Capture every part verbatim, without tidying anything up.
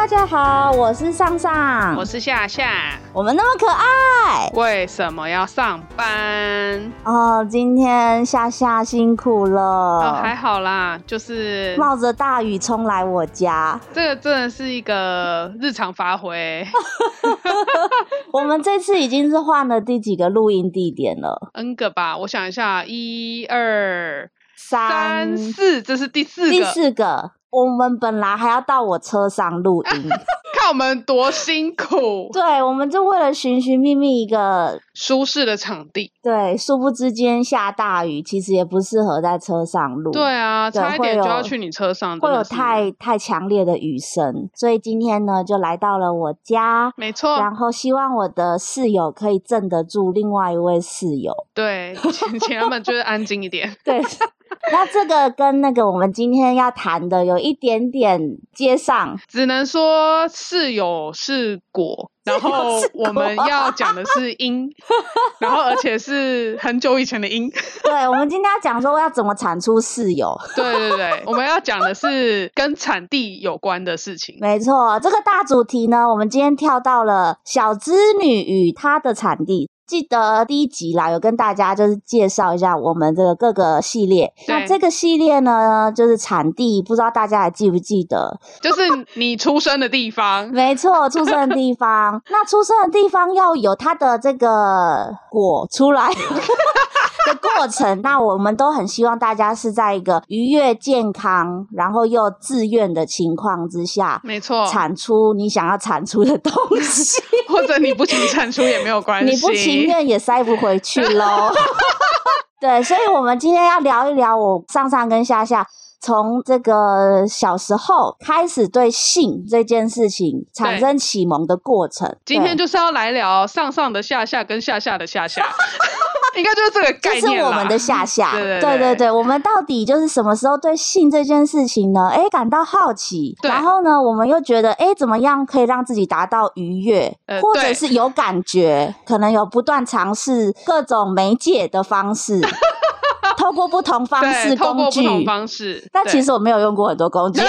大家好，我是上上， 我是夏夏。 我们那么可爱， 为什么要上班？ 哦，今天夏夏辛苦了。 哦，还好啦，就是冒着大雨冲来我家， 这个真的是一个日常发挥。 我们这次已经是换了第几个录音地点了 ？N 个吧，我想一下，一二三四，这是第四个。 第四个，我们本来还要到我车上录音。 看我们多辛苦。 对，我们就为了寻寻觅觅一个舒适的场地。 对，殊不知今天下大雨，其实也不适合在车上录。 对啊，对，差一点就要去你车上， 会有太太强烈的雨声，所以今天呢就来到了我家。 没错。 然后希望我的室友可以镇得住另外一位室友。 对，请请他们就是安静一点。 对。那这个跟那个我们今天要谈的有一点点接上， 只能说室友是果，然后我们要讲的是因，然后而且是很久以前的因。 对，我们今天要讲说要怎么产出室友。 对对对，我们要讲的是跟产地有关的事情。 没错，这个大主题呢，我们今天跳到了小织女与她的产地。记得第一集啦，有跟大家就是介绍一下我们这个各个系列。那这个系列呢，就是产地，不知道大家还记不记得？ 就是你出生的地方。 没错，出生的地方。那出生的地方要有它的这个果出来的过程。那我们都很希望大家是在一个愉悦、健康，然后又自愿的情况之下， 没错， 产出你想要产出的东西。 或者你不请产出也没有关系， 你不情愿也塞不回去咯。对，所以我们今天要聊一聊我上上跟下下从这个小时候开始对性这件事情产生启蒙的过程。 今天就是要来聊上上的下下跟下下的下下。应该就是这个概念啦， 这是我们的下下。 对对对, 对对对，我们到底就是什么时候对性这件事情呢？哎，感到好奇，然后呢，我们又觉得哎，怎么样可以让自己达到愉悦，呃、或者是有感觉，可能有不断尝试各种媒介的方式。透过不同方式工具， 透过不同方式， 但其实我没有用过很多工具。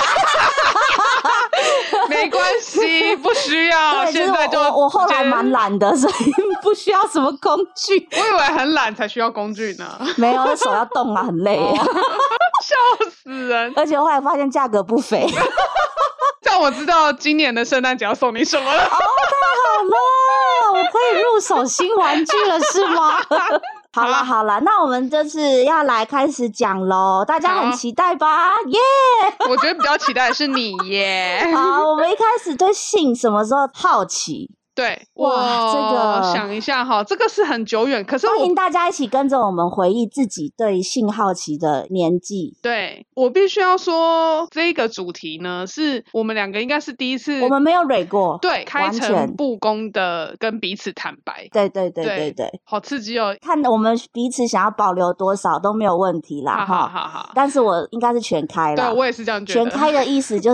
没关系，不需要。 对， 现在就我, 我后来蛮懒的，所以不需要什么工具。 我以为很懒才需要工具呢。 没有，手要动啊，很累。哦、 笑死人！ 而且后来发现价格不菲。 让我知道今年的圣诞节要送你什么了。哦，太好了，我可以入手新玩具了，是吗？好啦好啦，那我们就是要来开始讲咯，大家很期待吧？耶、yeah! 我觉得比较期待的是你耶。 好，我们一开始对性什么时候好奇？ 对，哇， 这个想一下哈，这个是很久远，可是欢迎大家一起跟着我们回忆自己对性好奇的年纪。 对，我必须要说，这个主题呢，是我们两个应该是第一次， 我们没有蕊过， 对，开诚布公的跟彼此坦白。 对对对对 对, 对， 好刺激哦！ 看我们彼此想要保留多少都没有问题啦， 好好好好。 但是我应该是全开啦， 对我也是这样觉得。 全开的意思就是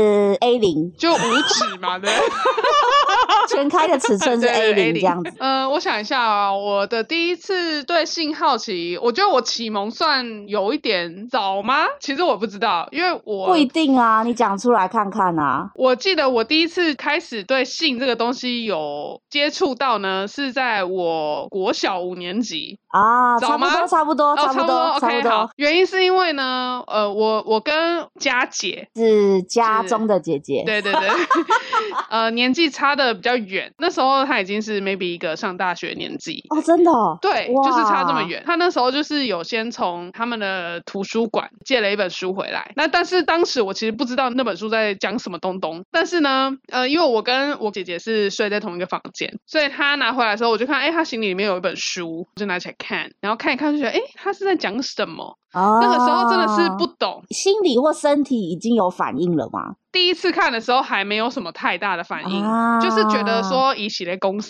A 零， 就五指嘛，对。 全开的尺寸是 A 零 这样子。 呃，我想一下啊，我的第一次对性好奇，我觉得我启蒙算有一点早吗？其实我不知道，因为我不一定啊，你讲出来看看啊。 我记得我第一次开始对性这个东西有接触到呢，是在我国小五年级啊，差不多差不多、哦、差不多差不多。 OK， 好，原因是因为呢，呃，我我跟家姐是家中的姐姐， 对对对，呃，年纪差的比较远，那时候她已经是 maybe 一个上大学年纪哦，真的、哦， 对，就是差这么远。她那时候就是有先从他们的图书馆借了一本书回来，那但是当时我其实不知道那本书在讲什么东东，但是呢，呃，因为我跟我姐姐是睡在同一个房间，所以她拿回来的时候，我就看，哎，她行李里面有一本书，就拿起来看，然后看一看就觉得，哎，她是在讲什么？哦，那个时候真的是不懂， 心理或身体已经有反应了吗？ 第一次看的时候还没有什么太大的反应，啊、就是觉得说以起来公司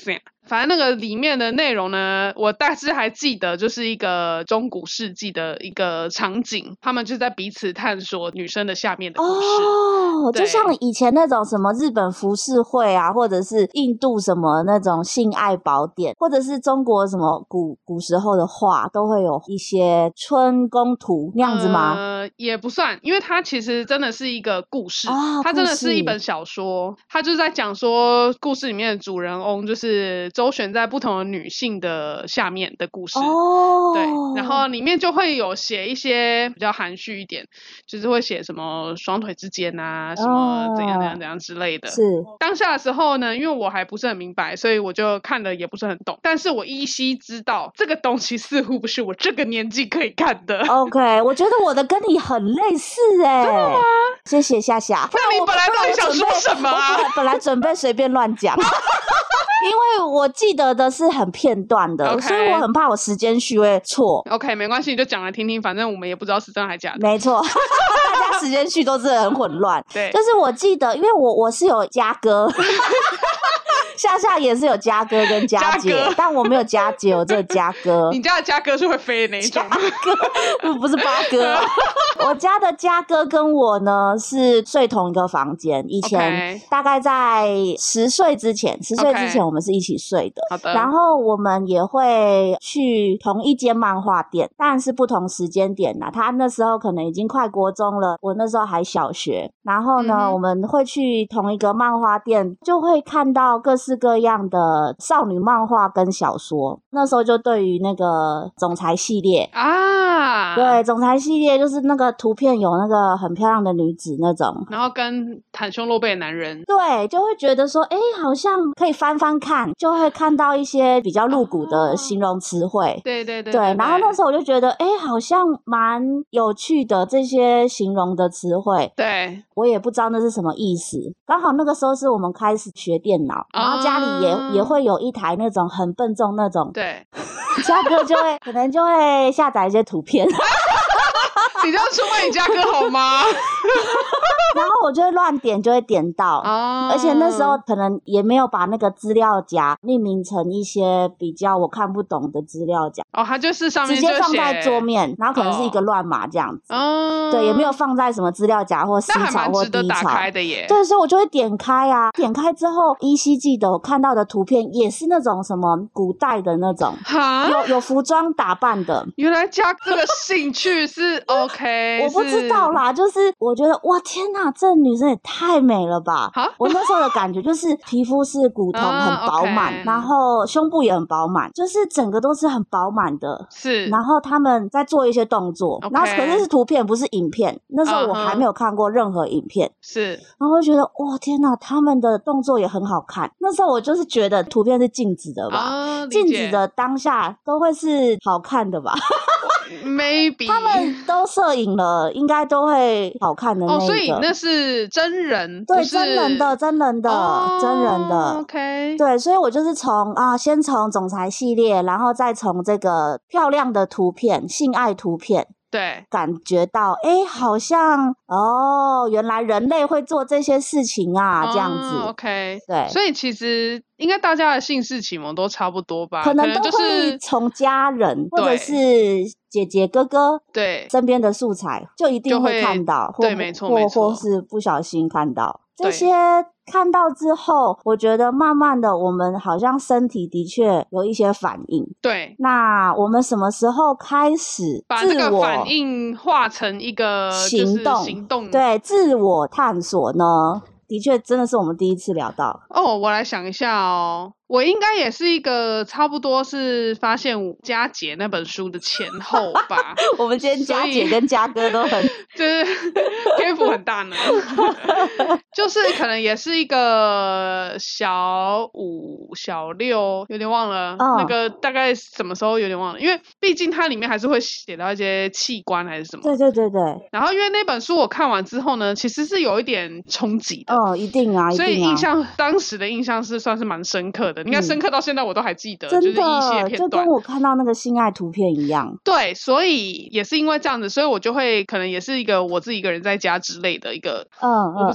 反正那个里面的内容呢，我大致还记得，就是一个中古世纪的一个场景，他们就在彼此探索女生的下面的故事。 哦，就像以前那种什么日本浮世绘啊，或者是印度什么那种性爱宝典，或者是中国什么古古时候的画，都会有一些春宫图那样子吗？ 呃，也不算，因为它其实真的是一个故事， 哦、 它真的是一本小说，它就是在讲说故事里面的主人翁就是周旋在不同的女性的下面的故事。 哦， 对，然后里面就会有写一些比较含蓄一点，就是会写什么双腿之间啊，什么怎样怎样怎样之类的。 是当下的时候呢，因为我还不是很明白，所以我就看的也不是很懂，但是我依稀知道这个东西似乎不是我这个年纪可以看的。 OK， 我觉得我的跟你很类似哎、欸，真的吗？谢谢夏夏。 那你本来到底想说什么啊？ 我本来本来准备随便乱讲。因为我记得的是很片段的， okay. 所以我很怕我时间序会错。 OK， 没关系，你就讲来听听，反正我们也不知道是真还假的。 没错，大家时间序都是很混乱。 对， 就是我记得，因为我我是有加歌。夏夏也是有加哥跟加姐，但我没有加姐，我只有加哥。 你家的加哥是会飞的那一种？ 加哥不是八哥。我家的加哥跟我呢是睡同一个房间，以前大概在十岁之前，十岁之前我们是一起睡的。 好的。 然后我们也会去同一间漫画店，但是不同时间点啦。他那时候可能已经快国中了，我那时候还小学。然后呢，嗯、我们会去同一个漫画店，就会看到各式各样的少女漫画跟小说。那时候就对于那个总裁系列啊， 对，总裁系列就是那个图片有那个很漂亮的女子那种， 然后跟袒胸露背的男人， 对，就会觉得说哎，好像可以翻翻看，就会看到一些比较露骨的形容词汇、哦、 对对 对, 对, 对, 对然后那时候我就觉得哎，好像蛮有趣的这些形容的词汇， 对， 我也不知道那是什么意思。刚好那个时候是我们开始学电脑、嗯、然后家里也也会有一台那种很笨重那种， 对， 家哥就会可能就会下载一些图片你这样出卖你家哥好吗？ 然后我就会乱点，就会点到、哦、而且那时候可能也没有把那个资料夹命名成一些比较我看不懂的资料夹哦，它就是上面直接放在桌面，然后可能是一个乱码这样子、哦、对，也没有放在什么资料夹或 C 槽或 D 槽，对，所以我就会点开啊，点开之后依稀记得我看到的图片也是那种什么古代的那种，有有服装打扮的。 原来加这个兴趣是OK 我不知道啦，就是我觉得哇天哪，这女生也太美了吧。我那时候的感觉就是皮肤是骨头很饱满、uh, okay. 然后胸部也很饱满，就是整个都是很饱满的， 是。 然后他们在做一些动作、okay. 然后可是是图片不是影片，那时候我还没有看过任何影片、uh-huh. 是。 然后我就觉得哇天哪，他们的动作也很好看。那时候我就是觉得图片是静止的吧、uh, 静止的当下都会是好看的吧 maybe 他们都摄影了，应该都会好看的那个。 哦，所以那是真人， 对，真人的，真人的，哦、真人的。 OK， 对，所以我就是从啊，先从总裁系列，然后再从这个漂亮的图片、性爱图片。 对， 感觉到哎，好像哦，原来人类会做这些事情啊， 哦、 这样子。 OK， 对， 所以其实应该大家的性事启蒙都差不多吧？ 可能都会从家人或者是姐姐哥哥对身边的素材，就一定会看到， 对，没错， 或或是不小心看到这些。看到之后，我觉得慢慢的，我们好像身体的确有一些反应。 对， 那我们什么时候开始把这个反应化成一个行动？ 行动对，自我探索呢？的确，真的是我们第一次聊到。 哦，我来想一下哦。我应该也是一个差不多是发现佳姐那本书的前后吧。 我们今天佳姐跟佳哥都很就是篇幅很大呢。就是可能也是一个小五小六有点忘了、哦、那个大概什么时候有点忘了，因为毕竟它里面还是会写到一些器官还是什么。 对对对对。 然后因为那本书我看完之后呢，其实是有一点冲击的。 哦，一定啊，一定啊。 所以印象当时的印象是算是蛮深刻的。应该深刻到现在我都还记得、 嗯、 就是一些片段， 就跟我看到那个性爱图片一样。 对，所以也是因为这样子，所以我就会可能也是一个我自己一个人在家之类的一个， 嗯， 我不知道， 嗯、 反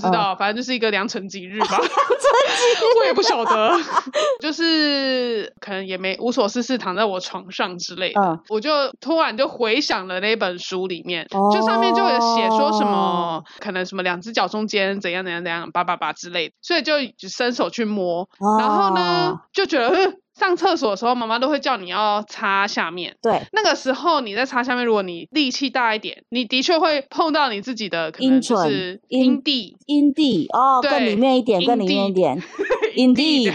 反正就是一个良辰吉日吧。良辰吉日我也不晓得，就是可能也没无所事事躺在我床上之类的、嗯、我就突然就回想了那本书里面、哦、就上面就有写说什么可能什么两只脚中间怎样怎样怎样叭叭叭之类的，所以就伸手去摸、哦、然后呢就觉得嗯上厕所的时候妈妈都会叫你要擦下面， 对， 那个时候你在擦下面，如果你力气大一点，你的确会碰到你自己的可能就是阴蒂阴蒂哦，更里面一点更里面一点Indeed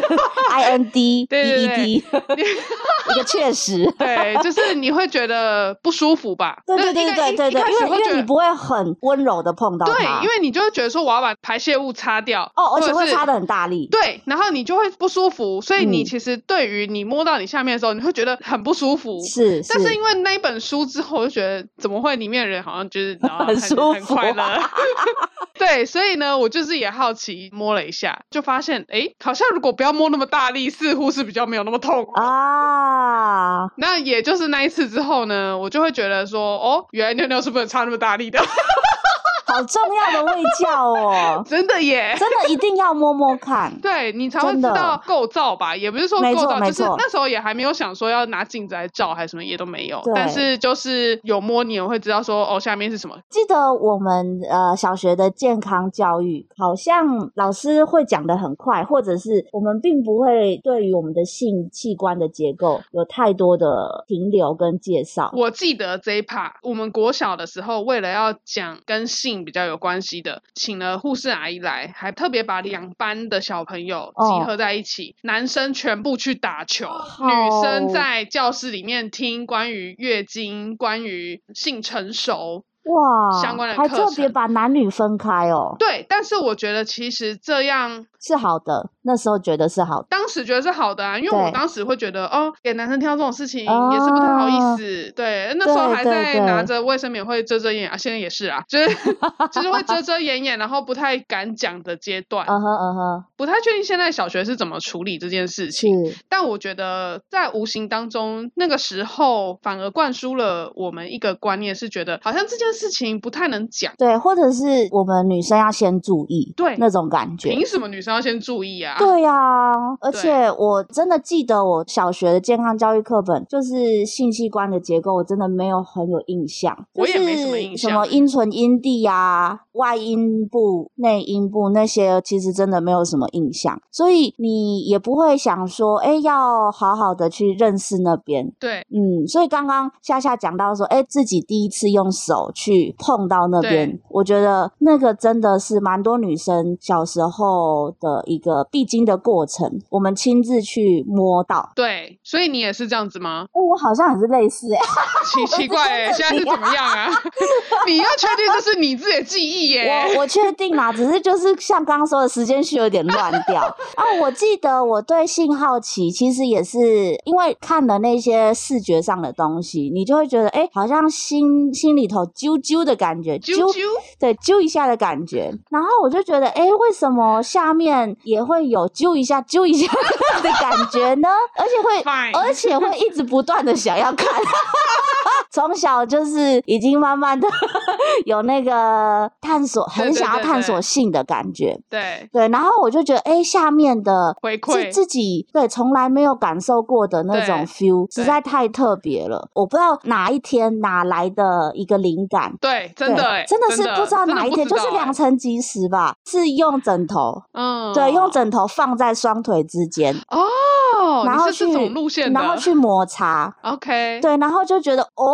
I N D D E D 一个确实对，就是你会觉得不舒服吧。 对对对对对对，因为因为你不会很温柔的碰到它， 对，因为你就会觉得说我要把排泄物擦掉哦，而且会擦得很大力， 对，然后你就会不舒服，所以你其实对于你摸到你下面的时候你会觉得很不舒服， 是， 但是因为那一本书之后我就觉得怎么会里面的人好像就是很舒服很快乐对，所以呢我就是也好奇摸了一下，就发现诶好像如果不要摸那么大力似乎是比较没有那么痛啊。 那也就是那一次之后呢我就会觉得说哦原来尿尿是不能擦那么大力的好重要的卫教哦真的耶， 真的一定要摸摸看对，你才会知道构造吧，也不是说构造，就是那时候也还没有想说要拿镜子来照还是什么也都没有，但是就是有摸你也会知道说哦下面是什么。 记得我们呃小学的健康教育好像老师会讲得很快，或者是我们并不会对于我们的性器官的结构有太多的停留跟介绍。 我记得这一 part 我们国小的时候为了要讲跟性比较有关系的，请了护士阿姨来，还特别把两班的小朋友集合在一起、哦、男生全部去打球、哦、女生在教室里面听关于月经关于性成熟哇相关的课程， 还特别把男女分开哦。 对，但是我觉得其实这样是好的，那时候觉得是好的， 当时觉得是好的啊，因为我当时会觉得哦，给男生听到这种事情也是不太好意思、哦、对，那时候还在拿着卫生棉会遮遮掩掩啊，现在也是啊，就是就是会遮遮掩掩然后不太敢讲的阶段嗯哼嗯哼， 不太确定现在小学是怎么处理这件事情，但我觉得在无形当中那个时候反而灌输了我们一个观念，是觉得好像这件事情不太能讲， 对，或者是我们女生要先注意，对，那种感觉， 凭什么女生要先注意啊？ 对啊，而且我真的记得我小学的健康教育课本就是性器官的结构我真的没有很有印象， 我也没什么印象， 什么阴唇阴蒂啊外阴部内阴部那些其实真的没有什么印象，所以你也不会想说哎，要好好的去认识那边， 对， 嗯，所以刚刚夏夏讲到说哎，自己第一次用手去碰到那边，我觉得那个真的是蛮多女生小时候的一个必经的过程，我们亲自去摸到。 对，所以你也是这样子吗？ 哦、我好像也是类似耶奇奇怪耶现在是怎么样啊你要确定这是你自己的记忆耶我我确定啦，只是就是像刚刚说的时间序有点乱掉啊。我记得我对性好奇其实也是因为看了那些视觉上的东西，你就会觉得哎，好像心心里头揪揪的感觉， 揪揪， 对，揪一下的感觉，然后我就觉得哎，为什么下面也会有揪一下揪一下的感觉呢？而且会而且会一直不断的想要看从小就是已经慢慢的有那个探索，很想要探索性的感觉， 对对 对, 对, 对，然后我就觉得哎，下面的回馈自己对从来没有感受过的那种 feel 实在太特别了，我不知道哪一天哪来的一个灵感， 对，真的耶真的是不知道哪一天，就是良辰吉时吧，是用枕头，嗯，对，用枕头放在双腿之间哦， 然后去你是这种路线的， 然后去摩擦 OK， 对，然后就觉得哦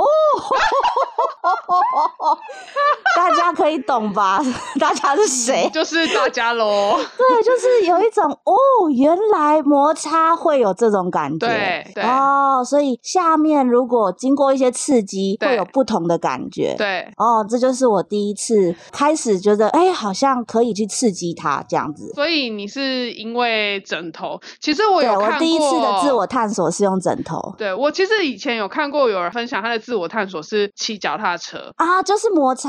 大家可以懂吧大家是谁？ 就是大家咯对，就是有一种哦，原来摩擦会有这种感觉， 对对哦，所以下面如果经过一些刺激会有不同的感觉， 对， 哦，这就是我第一次开始觉得哎，好像可以去刺激它这样子。 所以你是因为枕头，其实我有看过， 对，我第一次的自我探索是用枕头。 对，我其实以前有看过有人分享他的自我探索是骑脚踏车啊，就是摩擦啊，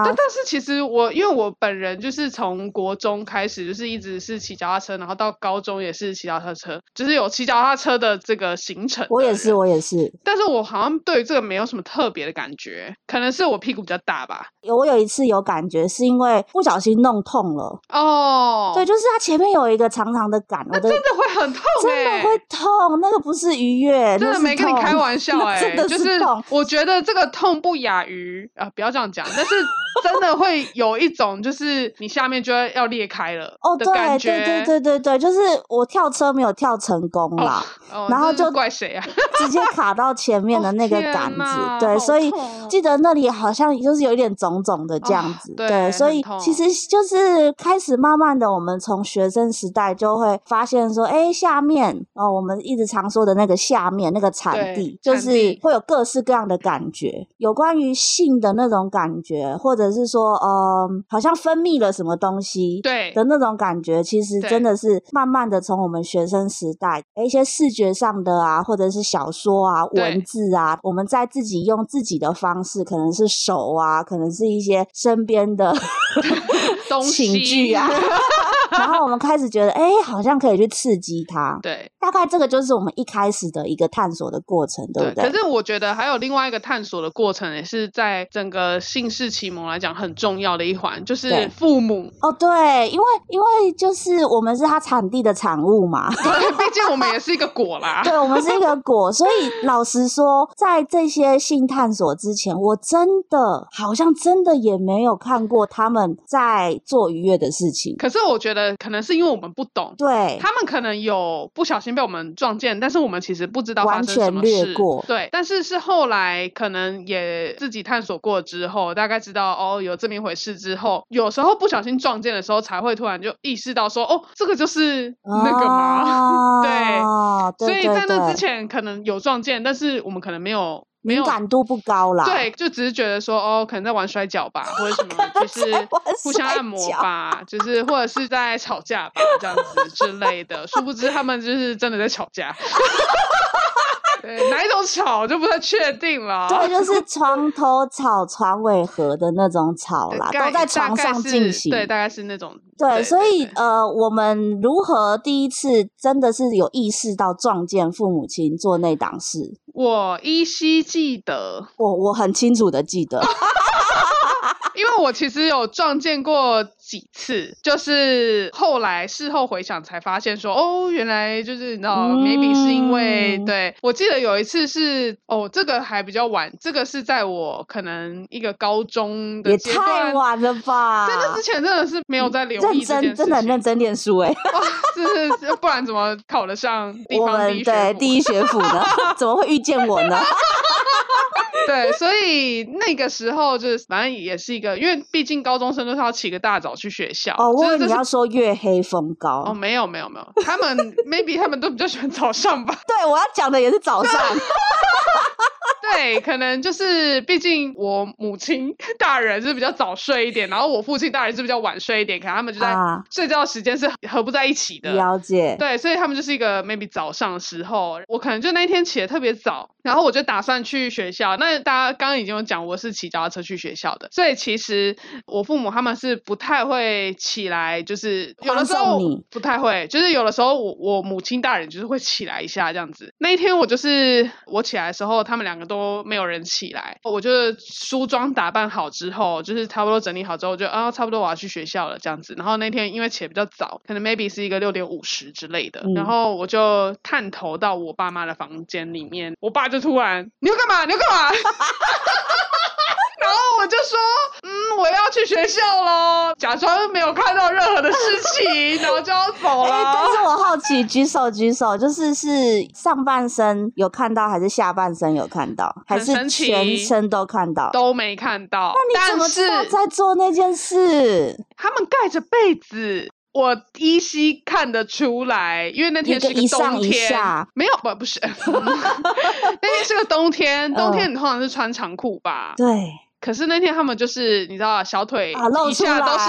但但是其实我因为我本人就是从国中开始就是一直是骑脚踏车，然后到高中也是骑脚踏车，就是有骑脚踏车的这个行程。 我也是我也是， 但是我好像对这个没有什么特别的感觉，可能是我屁股比较大吧。 我有一次有感觉是因为不小心弄痛了哦，对，就是它前面有一个长长的杆， 那真的会很痛欸， 真的会痛，那个不是愉悦， 真的没跟你开玩笑欸， 真的是痛， 就是我觉得这个痛不亚于啊，不要这样讲，但是真的会有一种就是你下面就要要裂开了的感觉。 哦，对对对对对，就是我跳车没有跳成功啦， 哦哦， 然后就怪谁啊？ 直接卡到前面的那个杆子， 哦， 对，所以记得那里好像就是有一点肿肿的这样子， 哦，对， 对，所以其实就是开始慢慢的，我们从学生时代就会发现说，哎，下面哦，我们一直常说的那个下面那个产地，就是会有各式各样的感觉，有关于性的那种感觉，或者是说，呃，好像分泌了什么东西对的那种感觉，其实真的是慢慢的从我们学生时代，一些视觉上的啊，或者是小说啊、文字啊，我们在自己用自己的方式，可能是手啊，可能是一些身边的寝具啊。然后我们开始觉得，哎，好像可以去刺激它。 对， 大概这个就是我们一开始的一个探索的过程，对不对？ 可是我觉得还有另外一个探索的过程，也是在整个性事启蒙来讲很重要的一环，就是父母。 哦，对，因为因为就是我们是它产地的产物嘛， 对，毕竟我们也是一个果啦。 对，我们是一个果，所以老实说，在这些性探索之前，我真的好像真的也没有看过他们在做愉悦的事情。 可是我觉得可能是因为我们不懂， 对， 他们可能有不小心被我们撞见，但是我们其实不知道发生什么事， 完全略过。 对，但是是后来可能也自己探索过之后，大概知道哦有这么一回事之后，有时候不小心撞见的时候，才会突然就意识到说，哦，这个就是那个吗？ 哦、 对, 对, 对，所以在那之前可能有撞见，但是我们可能没有。 敏感度不高啦， 对，就只是觉得说哦，可能在玩摔跤吧，或者什么，就是互相按摩吧，就是或者是在吵架吧，这样子之类的。殊不知他们就是真的在吵架。对，哪一种吵就不太确定了。 对，就是床头吵、床尾和的那种吵啦，都在床上进行。 对，大概是那种。 对， 对所以对对呃，我们如何第一次真的是有意识到撞见父母亲做那档事？ 我依稀记得， 我我很清楚的记得。 因为我其实有撞见过几次，就是后来事后回想才发现说，哦，原来就是你知道、嗯、maybe 是因为，对，我记得有一次是，哦，这个还比较晚，这个是在我可能一个高中的阶段， 也太晚了吧， 在那之前真的是没有在留意这件事情， 认真真的很认真念书哎、欸， 哇，就是不然怎么考得上地我们方第一学府？ 对第一学府呢？怎么会遇见我呢？ 对，所以那个时候就是反正也是一个，因为毕竟高中生都是要起个大早去学校。 哦，我以为就是你要说月黑风高。 哦，没有没有没有，他们 maybe 他们都比较喜欢早上吧。 对，我要讲的也是早上。 对，可能就是毕竟我母亲大人是比较早睡一点，然后我父亲大人是比较晚睡一点，可能他们就在睡觉时间是合不在一起的。 了解。 对，所以他们就是一个 maybe 早上的时候，我可能就那一天起得特别早，然后我就打算去学校。那大家刚刚已经有讲我是骑脚踏车去学校的，所以其实我父母他们是不太会起来，就是有的时候不太会，就是有的时候我我母亲大人就是会起来一下这样子。那一天我就是我起来的时候，他们两个都没有人起来，我就梳妆打扮好之后，就是差不多整理好之后就啊差不多我要去学校了这样子。然后那天因为起得比较早，可能 maybe 是一个六点五十之类的、嗯、然后我就探头到我爸妈的房间里面，我爸就突然你要干嘛你要干嘛然后我就说嗯我要去学校咯，假装没有看到任何的事情然后就要走了、 欸、但是我好奇举手举手，就是是上半身有看到还是下半身有看到，还是全身都看到？ 都没看到。 那你怎么知道在做那件事？ 他们盖着被子，我依稀看得出来，因为那天是个冬天， 一上一下没有不不是那天是个冬天，冬天你通常是穿长裤吧、 呃、对， 可是那天他们就是你知道小腿以下都是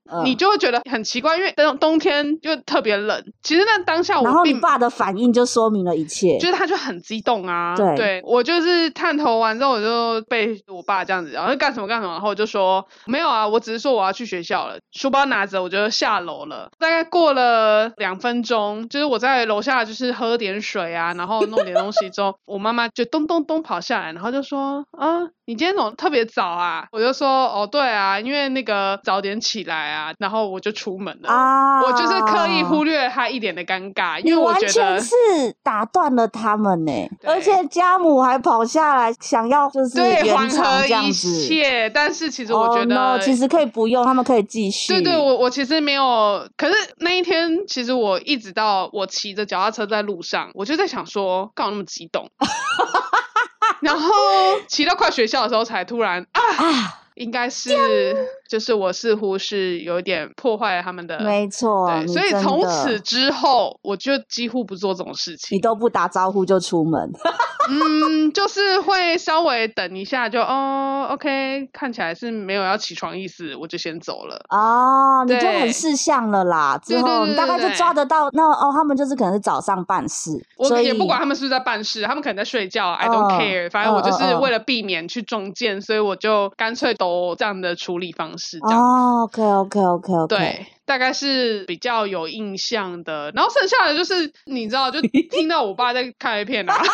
嗯、你就会觉得很奇怪，因为冬冬天就特别冷。其实那当下我并， 然后你爸的反应就说明了一切， 就是他就很激动啊。 对， 对我就是探头完之后，我就被我爸这样子，然后干什么干什么，然后我就说没有啊，我只是说我要去学校了，书包拿着我就下楼了。大概过了两分钟，就是我在楼下就是喝点水啊，然后弄点东西之后，我妈妈就咚咚咚跑下来，然后就说啊，你今天怎么特别早啊？我就说哦，对啊，因为那个早点起来啊，然后我就出门了。啊，我就是刻意忽略他一点的尴尬，因为我觉得你完全是打断了他们呢，而且家母还跑下来想要就是圆场这样子， 缓和一切。但是其实我觉得、 oh, no, 其实可以不用，他们可以继续。 对对，我我其实没有，可是那一天其实我一直到我骑着脚踏车在路上，我就在想说干嘛那么激动。然后骑到快学校的时候才突然啊啊，应该是就是我似乎是有点破坏了他们的， 没错， 对，所以从此之后我就几乎不做这种事情， 你都不打招呼就出门。 嗯，就是会稍微等一下就哦 OK 看起来是没有要起床意思，我就先走了。 哦，你就很识相了啦，之后你大概就抓得到那哦，他们就是可能是早上办事， 我也不管他们是不是在办事，他们可能在睡觉、哦、I don't care、哦、反正我就是为了避免去撞见、哦、所以我就干脆都这样的处理方式这样。 哦 OK OK OK OK 对，大概是比较有印象的，然后剩下的就是你知道就听到我爸在看 A 片啊。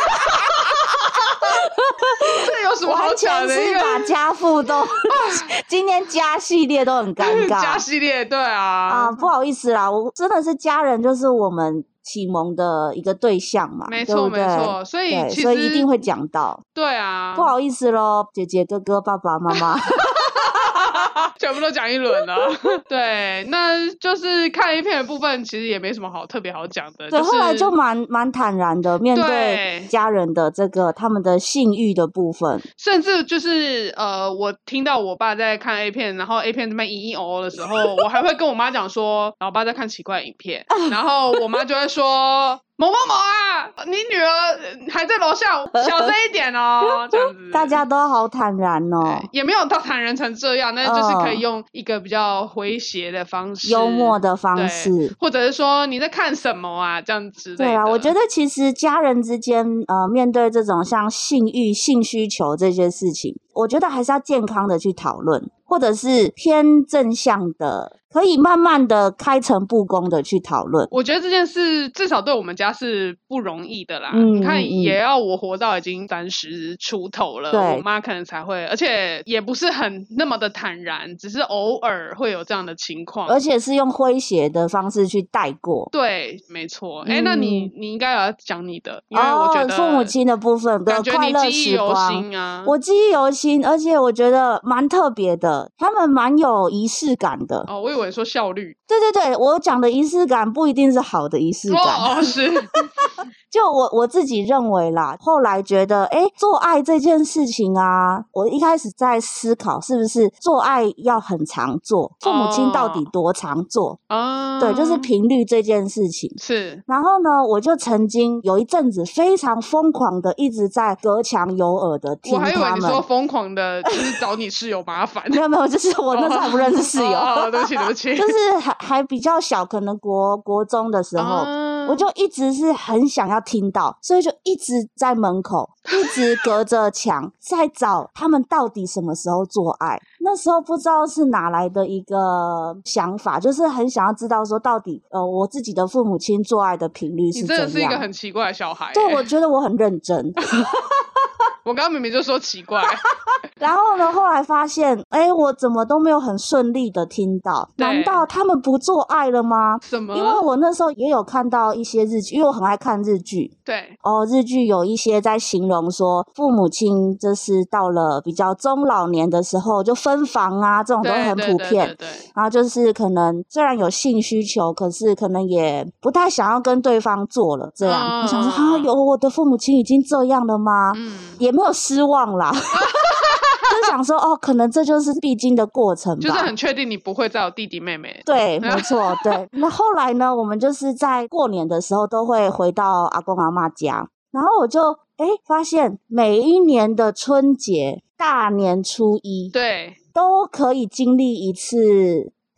这有什么好讲的？ 完全是把家父都今天家系列都很尴尬。 家系列对啊啊，不好意思啦，我真的是家人就是我们启蒙的一个对象嘛， 没错没错，所以其实所以一定会讲到。 对啊， 不好意思咯，姐姐哥哥爸爸妈妈。 全部都讲一轮了。对，那就是看 A 片的部分其实也没什么好特别好讲的。 对、 就是、 后来就蛮蛮坦然的面对家人的这个他们的性欲的部分， 甚至就是呃我听到我爸在看 A 片，然后 A 片这边嘤嘤哦哦的时候，我还会跟我妈讲说老爸在看奇怪的影片，然后我妈就会说某某某啊，你女儿还在楼下，小声一点哦，这样子。 大家都好坦然哦， 也没有到坦然成这样，但是就是可以用一个比较诙谐的方式、 幽默的方式， 或者是说你在看什么啊，这样之类的。 对啊，我觉得其实家人之间呃，面对这种像性欲、性需求这些事情，我觉得还是要健康的去讨论，或者是偏正向的，可以慢慢的开诚布公的去讨论。 我觉得这件事至少对我们家是不容易的啦。嗯、你看，也要我活到已经三十出头了，我妈可能才会，而且也不是很那么的坦然，只是偶尔会有这样的情况， 而且是用诙谐的方式去带过。 对，没错。哎、嗯，那你你应该要讲你的，因为我觉得、 哦、父母亲的部分的快乐时光， 啊、 我记忆犹新，而且我觉得蛮特别的，他们蛮有仪式感的。 哦，我以为说效率。 对对对，我讲的仪式感不一定是好的仪式感。 哦，是。 就我我自己认为啦，后来觉得，诶，做爱这件事情啊，我一开始在思考是不是做爱要很常做，父母亲到底多常做？哦，对，就是频率这件事情。 是。 然后呢，我就曾经有一阵子非常疯狂的一直在隔墙有耳的听他们。 我还以为你说疯狂的就是找你室友麻烦。 没有没有，就是我那时候还不认识室友。 哦，对不起对不起。 就是还还比较小，可能国国中的时候。哦，我就一直是很想要听到，所以就一直在门口，一直隔着墙在找他们到底什么时候做爱。那时候不知道是哪来的一个想法，就是很想要知道说到底呃我自己的父母亲做爱的频率是怎样。 你真的是一个很奇怪的小孩。 对，我觉得我很认真。 我刚刚明明就说奇怪。 然后呢，后来发现诶我怎么都没有很顺利的听到，难道他们不做爱了吗？ 什么？ 因为我那时候也有看到一些日剧，因为我很爱看日剧。 对哦，日剧有一些在形容说父母亲就是到了比较中老年的时候就分房啊，这种都很普遍。 对对对对对。 然后就是可能虽然有性需求，可是可能也不太想要跟对方做了这样。嗯、我想说啊，有我的父母亲已经这样了吗？嗯，也没有失望啦。就想说哦，可能这就是必经的过程吧， 就是很确定你不会再有弟弟妹妹。 对，没错，对。那后来呢，我们就是在过年的时候都会回到阿公阿嬷家，然后我就诶发现每一年的春节大年初一， 对， 都可以经历一次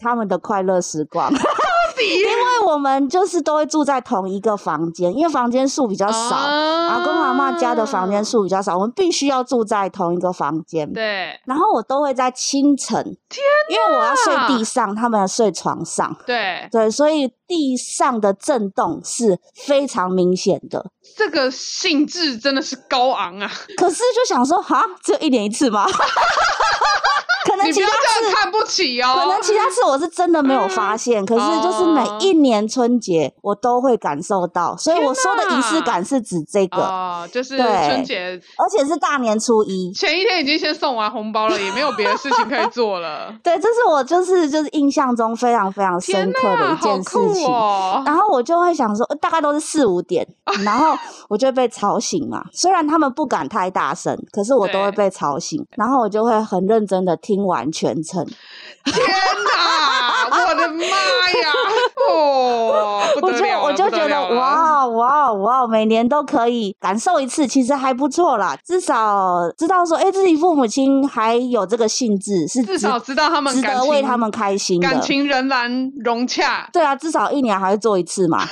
他们的快乐时光。因为我们就是都会住在同一个房间，因为房间数比较少，啊、阿公阿嬷家的房间数比较少，我们必须要住在同一个房间。 对， 然后我都会在清晨， 天哪， 因为我要睡地上，他们要睡床上。 对对，所以地上的震动是非常明显的。 这个兴致真的是高昂啊！ 可是就想说，哈，只有一年一次吗？可能其他次你不要这样看不起哦。 可能其他次我是真的没有发现，嗯、可是就是每一年春节我都会感受到，所以我说的仪式感是指这个哦，就是春节， 而且是大年初一， 前一天已经先送完红包了，也没有别的事情可以做了。 对，这是我就是就是印象中非常非常深刻的一件事情。 哦、 然后我就会想说，大概都是四五点，然后我就会被吵醒嘛。虽然他们不敢太大声，可是我都会被吵醒，然后我就会很认真的听完全程。 天哪，我的妈呀！哦，不得了了， 我就我就觉得哇哇哇，每年都可以感受一次，其实还不错啦。至少知道说，哎、欸，自己父母亲还有这个兴致，是至少知道他们值得为他们开心的， 感情仍然融洽。 对啊，至少一年还会做一次嘛。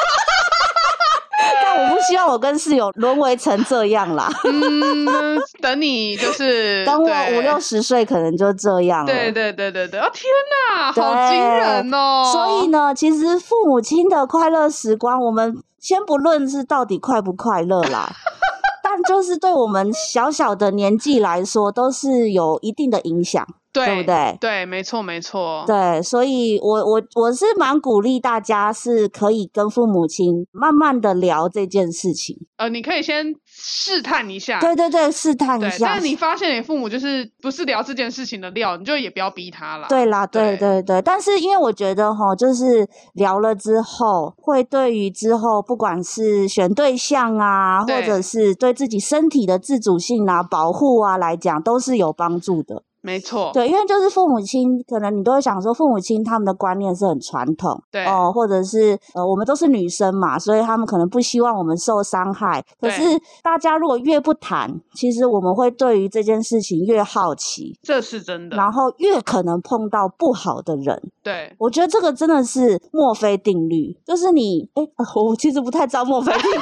但我不希望我跟室友沦为成这样啦。 嗯，等你就是等我五六十岁，可能就这样了。 对对对对对，哦天哪，好惊人哦！ 所以呢，其实父母亲的快乐时光，我们先不论是到底快不快乐啦。但就是对我们小小的年纪来说，都是有一定的影响。 对， 对不对？ 对，没错，没错。 对，所以我我我是蛮鼓励大家是可以跟父母亲慢慢的聊这件事情。 呃，你可以先试探一下。 对对对，试探一下。 但是你发现你父母就是不是聊这件事情的料，你就也不要逼他啦。 对啦，对对 对, 对。但是因为我觉得齁，就是聊了之后，会对于之后不管是选对象啊，或者是对自己身体的自主性啊、保护啊来讲，都是有帮助的。 没错， 对，因为就是父母亲，可能你都会想说，父母亲他们的观念是很传统， 对哦、呃，或者是呃，我们都是女生嘛，所以他们可能不希望我们受伤害。可是大家如果越不谈，其实我们会对于这件事情越好奇， 这是真的， 然后越可能碰到不好的人。 对， 我觉得这个真的是墨菲定律，就是你，哎、呃，我其实不太知道墨菲定律。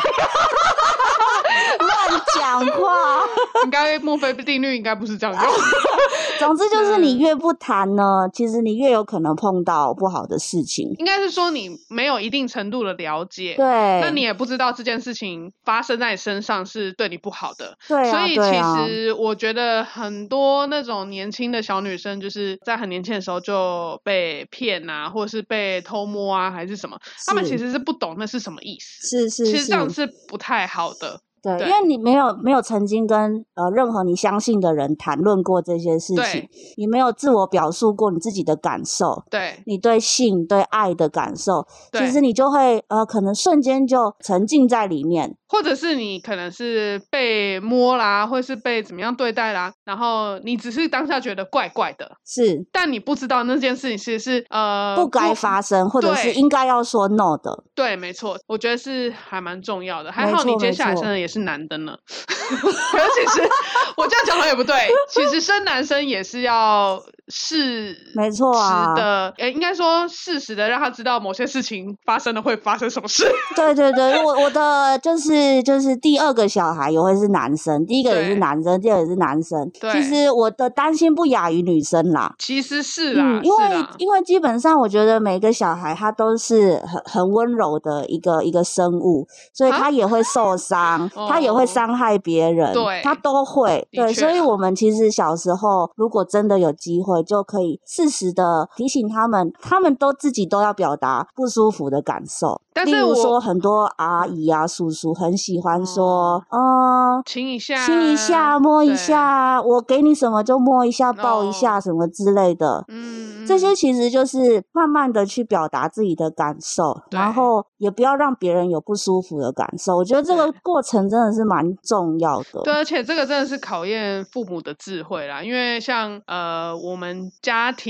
乱讲话， 应该墨菲定律应该不是这样用。 总之就是你越不谈呢，其实你越有可能碰到不好的事情。 应该是说你没有一定程度的了解， 对， 那你也不知道这件事情发生在你身上是对你不好的。 对啊， 所以其实我觉得很多那种年轻的小女生，就是在很年轻的时候就被骗啊，或者是被偷摸啊，还是什么，他们其实是不懂那是什么意思。 是是是， 其实这样是不太好的。 对，因为你没有没有曾经跟呃任何你相信的人谈论过这些事情，你没有自我表述过你自己的感受， 对， 你对性对爱的感受，其实你就会呃可能瞬间就沉浸在里面， 或者是你可能是被摸啦，或是被怎么样对待啦，然后你只是当下觉得怪怪的， 是， 但你不知道那件事情其实是呃不该发生，或者是应该要说 no 的。 对，没错，我觉得是还蛮重要的。还好你接下来生的也是男的呢。可是其实我这样讲好像也不对，其实生男生也是要适没错啊的，诶，应该说适时的让他知道某些事情发生了会发生什么事。 对对对，我我的就是就是第二个小孩也会是男生，第一个也是男生，第二个也是男生。其实我的担心不亚于女生啦。 其实是啦， 嗯、因为是啦因为基本上我觉得每个小孩他都是很很温柔的一个一个生物，所以他也会受伤，他也会伤害别人， 对， 他都会。对，所以我们其实小时候如果真的有机会，就可以适时的提醒他们，他们都自己都要表达不舒服的感受。 但是例如说很多阿姨啊叔叔很喜欢说嗯、呃、 亲一下亲一下摸一下，我给你什么就摸一下抱一下什么之类的。 嗯， 这些其实就是慢慢的去表达自己的感受，然后也不要让别人有不舒服的感受。我觉得这个过程真的是蛮重要的。 对，而且这个真的是考验父母的智慧啦，因为像呃我们家庭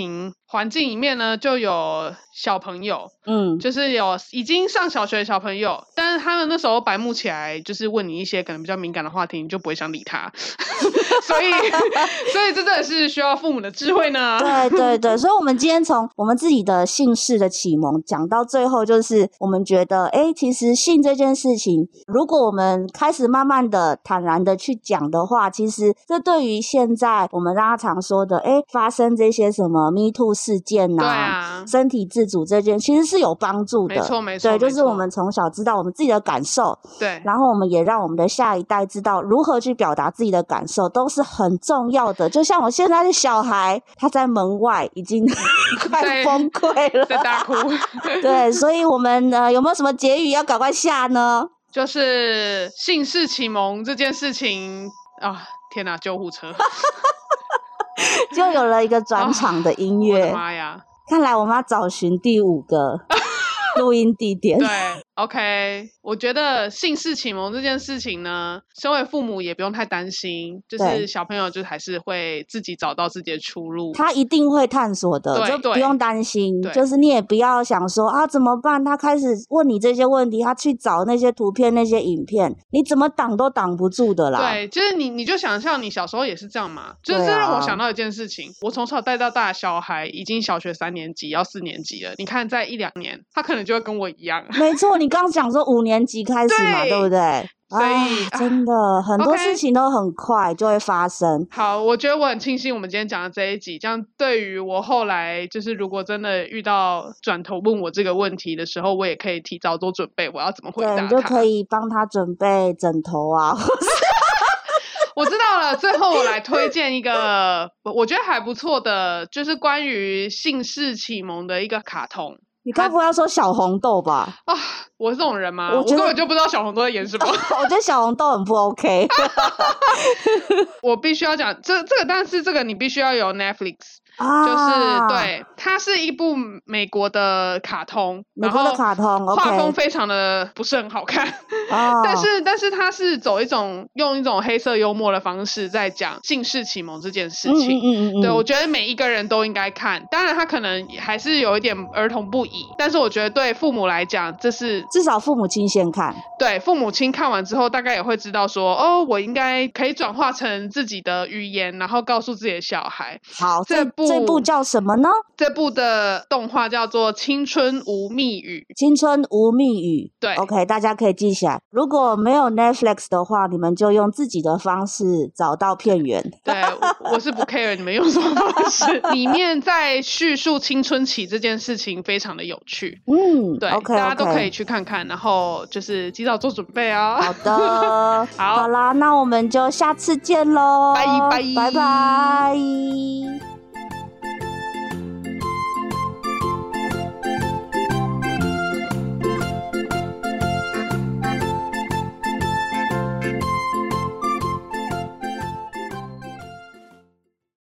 环境里面呢，就有小朋友， 嗯， 就是有已经上小学的小朋友，但是他们那时候白目起来，就是问你一些可能比较敏感的话题，你就不会想理他，所以，所以这真的是需要父母的智慧呢。 对对对，所以我们今天从我们自己的姓氏的启蒙讲到最后，就是我们觉得，哎，其实性这件事情，如果我们开始慢慢的坦然的去讲的话，其实这对于现在我们大家常说的，哎，发生这些什么 Me Too 事件呐、啊， 啊， 身体自主这件，其实是有帮助的。 没错没错， 对，就是我们从小知道我们自己的感受， 对， 然后我们也让我们的下一代知道如何去表达自己的感受，都是很重要的。就像我现在的小孩，他在门外已经快崩溃了， 在大哭。 对，所以我们呃有没有什么结语要赶快下呢？ 就是姓氏启蒙这件事情啊，天哪，救护车就有了一个转场的音乐。 哦、我的妈呀！ 看来我们要找寻第五个录音地点。 对 ，OK， 我觉得姓氏启蒙这件事情呢，身为父母也不用太担心，就是小朋友就还是会自己找到自己的出路， 他一定会探索的，就不用担心。就是你也不要想说啊怎么办，他开始问你这些问题，他去找那些图片那些影片，你怎么挡都挡不住的啦。 对，就是你你就想象你小时候也是这样嘛，就是这让我想到一件事情，啊、我从小带到大的小孩已经小学三年级要四年级了，你看在一两年他可能就会跟我一样。 没错，你刚刚讲说五年级开始嘛， 对, 对不对？ 所以、 啊、真的、啊、很多事情都很快就会发生。 好，我觉得我很庆幸我们今天讲的这一集，这样对于我后来就是如果真的遇到转头问我这个问题的时候，我也可以提早做准备，我要怎么回答他。 对，你就可以帮他准备枕头啊。 我知道了，最后我来推荐一个我觉得还不错的，就是关于姓氏启蒙的一个卡通。 你该不会要说小红豆吧？ 啊，我是这种人吗？我, 我根本就不知道小红豆在演什么。 我觉得小红豆很不 OK。 我必须要讲这这个，但是这个你必须要有 Netflix。啊、就是对，它是一部美国的卡通， 美国的卡通， 画风非常的不是很好看，哦、但是但是它是走一种用一种黑色幽默的方式在讲姓氏启蒙这件事情。嗯嗯嗯嗯对，我觉得每一个人都应该看，当然它可能还是有一点儿童不宜，但是我觉得对父母来讲，这是至少父母亲先看， 对，父母亲看完之后大概也会知道说，哦，我应该可以转化成自己的语言，然后告诉自己的小孩。 好，这部这部叫什么呢？ 这部的动画叫做《青春无密语》。 青春无密语， 对 ，OK， 大家可以记起来。如果没有 Netflix 的话，你们就用自己的方式找到片源。 对，我是不 care 你们用什么方式。里面在叙述青春期这件事情非常的有趣。嗯，对 ，OK， 大家都可以去看看，然后就是及早做准备啊。 好的， 好， 好啦，那我们就下次见喽， 拜拜拜拜。